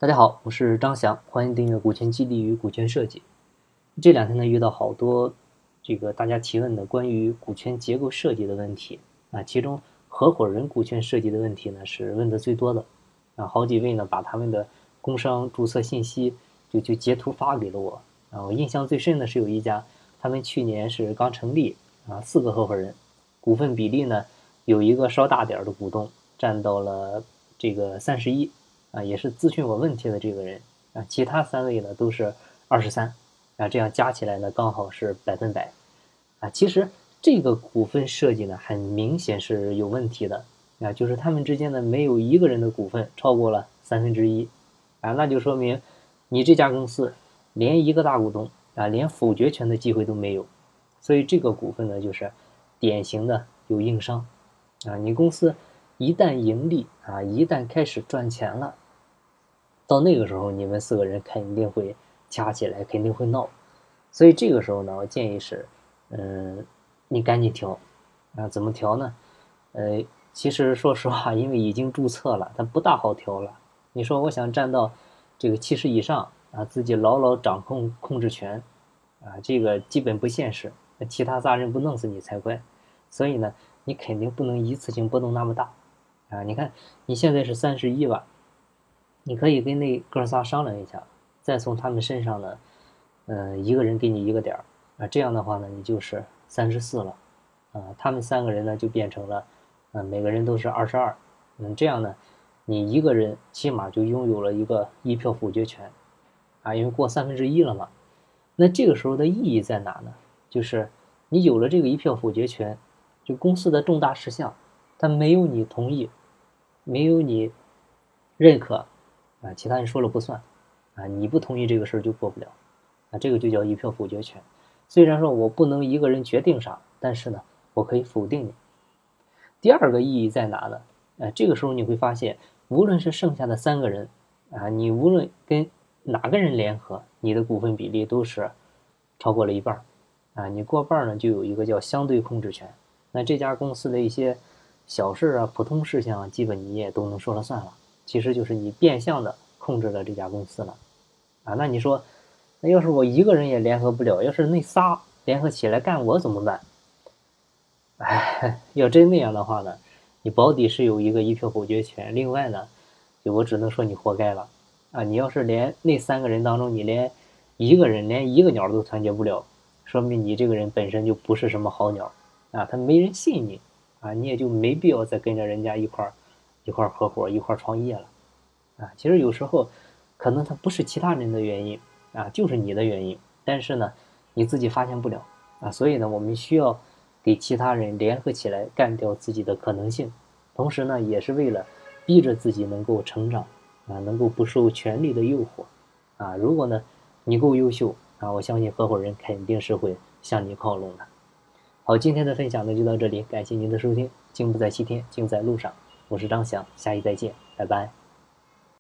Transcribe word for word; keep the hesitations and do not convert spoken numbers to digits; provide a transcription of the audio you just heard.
大家好，我是张翔，欢迎订阅股权激励与股权设计。这两天呢，遇到好多这个大家提问的关于股权结构设计的问题啊，其中合伙人股权设计的问题呢是问的最多的啊，好几位呢把他们的工商注册信息就就截图发给了我啊，我印象最深的是有一家，他们去年是刚成立啊，四个合伙人，股份比例呢有一个稍大点的股东占到了这个三十一。啊，也是咨询我问题的这个人啊，其他三位呢都是二十三啊，这样加起来呢刚好是百分百啊。其实这个股份设计呢很明显是有问题的啊，就是他们之间呢没有一个人的股份超过了三分之一啊，那就说明你这家公司连一个大股东啊，连否决权的机会都没有，所以这个股份呢就是典型的有硬伤啊。你公司一旦盈利啊，一旦开始赚钱了，到那个时候你们四个人肯定会掐起来，肯定会闹，所以这个时候呢，我建议是，嗯，你赶紧调啊，怎么调呢？呃，其实说实话，因为已经注册了，它不大好调了。你说我想占到这个七十以上啊，自己牢牢掌控控制权啊，这个基本不现实，那其他仨人不弄死你才怪。所以呢，你肯定不能一次性波动那么大啊。你看你现在是三十一吧。你可以跟那哥仨商量一下，再从他们身上呢，嗯，一个人给你一个点儿啊，这样的话呢，你就是三十四了，啊，他们三个人呢就变成了，嗯，每个人都是二十二，嗯，这样呢，你一个人起码就拥有了一个一票否决权，啊，因为过三分之一了嘛。那这个时候的意义在哪呢？就是你有了这个一票否决权，就公司的重大事项，它没有你同意，没有你认可。啊，其他人说了不算，啊，你不同意这个事儿就过不了，啊，这个就叫一票否决权。虽然说我不能一个人决定啥，但是呢，我可以否定你。第二个意义在哪呢？啊，这个时候你会发现，无论是剩下的三个人，啊，你无论跟哪个人联合，你的股份比例都是超过了一半，啊，你过半呢就有一个叫相对控制权。那这家公司的一些小事啊、普通事项啊，基本你也都能说了算了。其实就是你变相的控制了这家公司了，啊，那你说，那要是我一个人也联合不了，要是那仨联合起来干我怎么办？哎，要真那样的话呢，你保底是有一个一票否决权，另外呢，就我只能说你活该了，啊，你要是连那三个人当中你连一个人连一个鸟都团结不了，说明你这个人本身就不是什么好鸟，啊，他没人信你，啊，你也就没必要再跟着人家一块儿。一块合伙一块创业了，啊，其实有时候可能它不是其他人的原因啊，就是你的原因，但是呢，你自己发现不了啊，所以呢，我们需要给其他人联合起来干掉自己的可能性，同时呢，也是为了逼着自己能够成长啊，能够不受权力的诱惑啊。如果呢你够优秀啊，我相信合伙人肯定是会向你靠拢的。好，今天的分享呢就到这里，感谢您的收听，精不在西天，精在路上。我是张翔，下期再见，拜拜。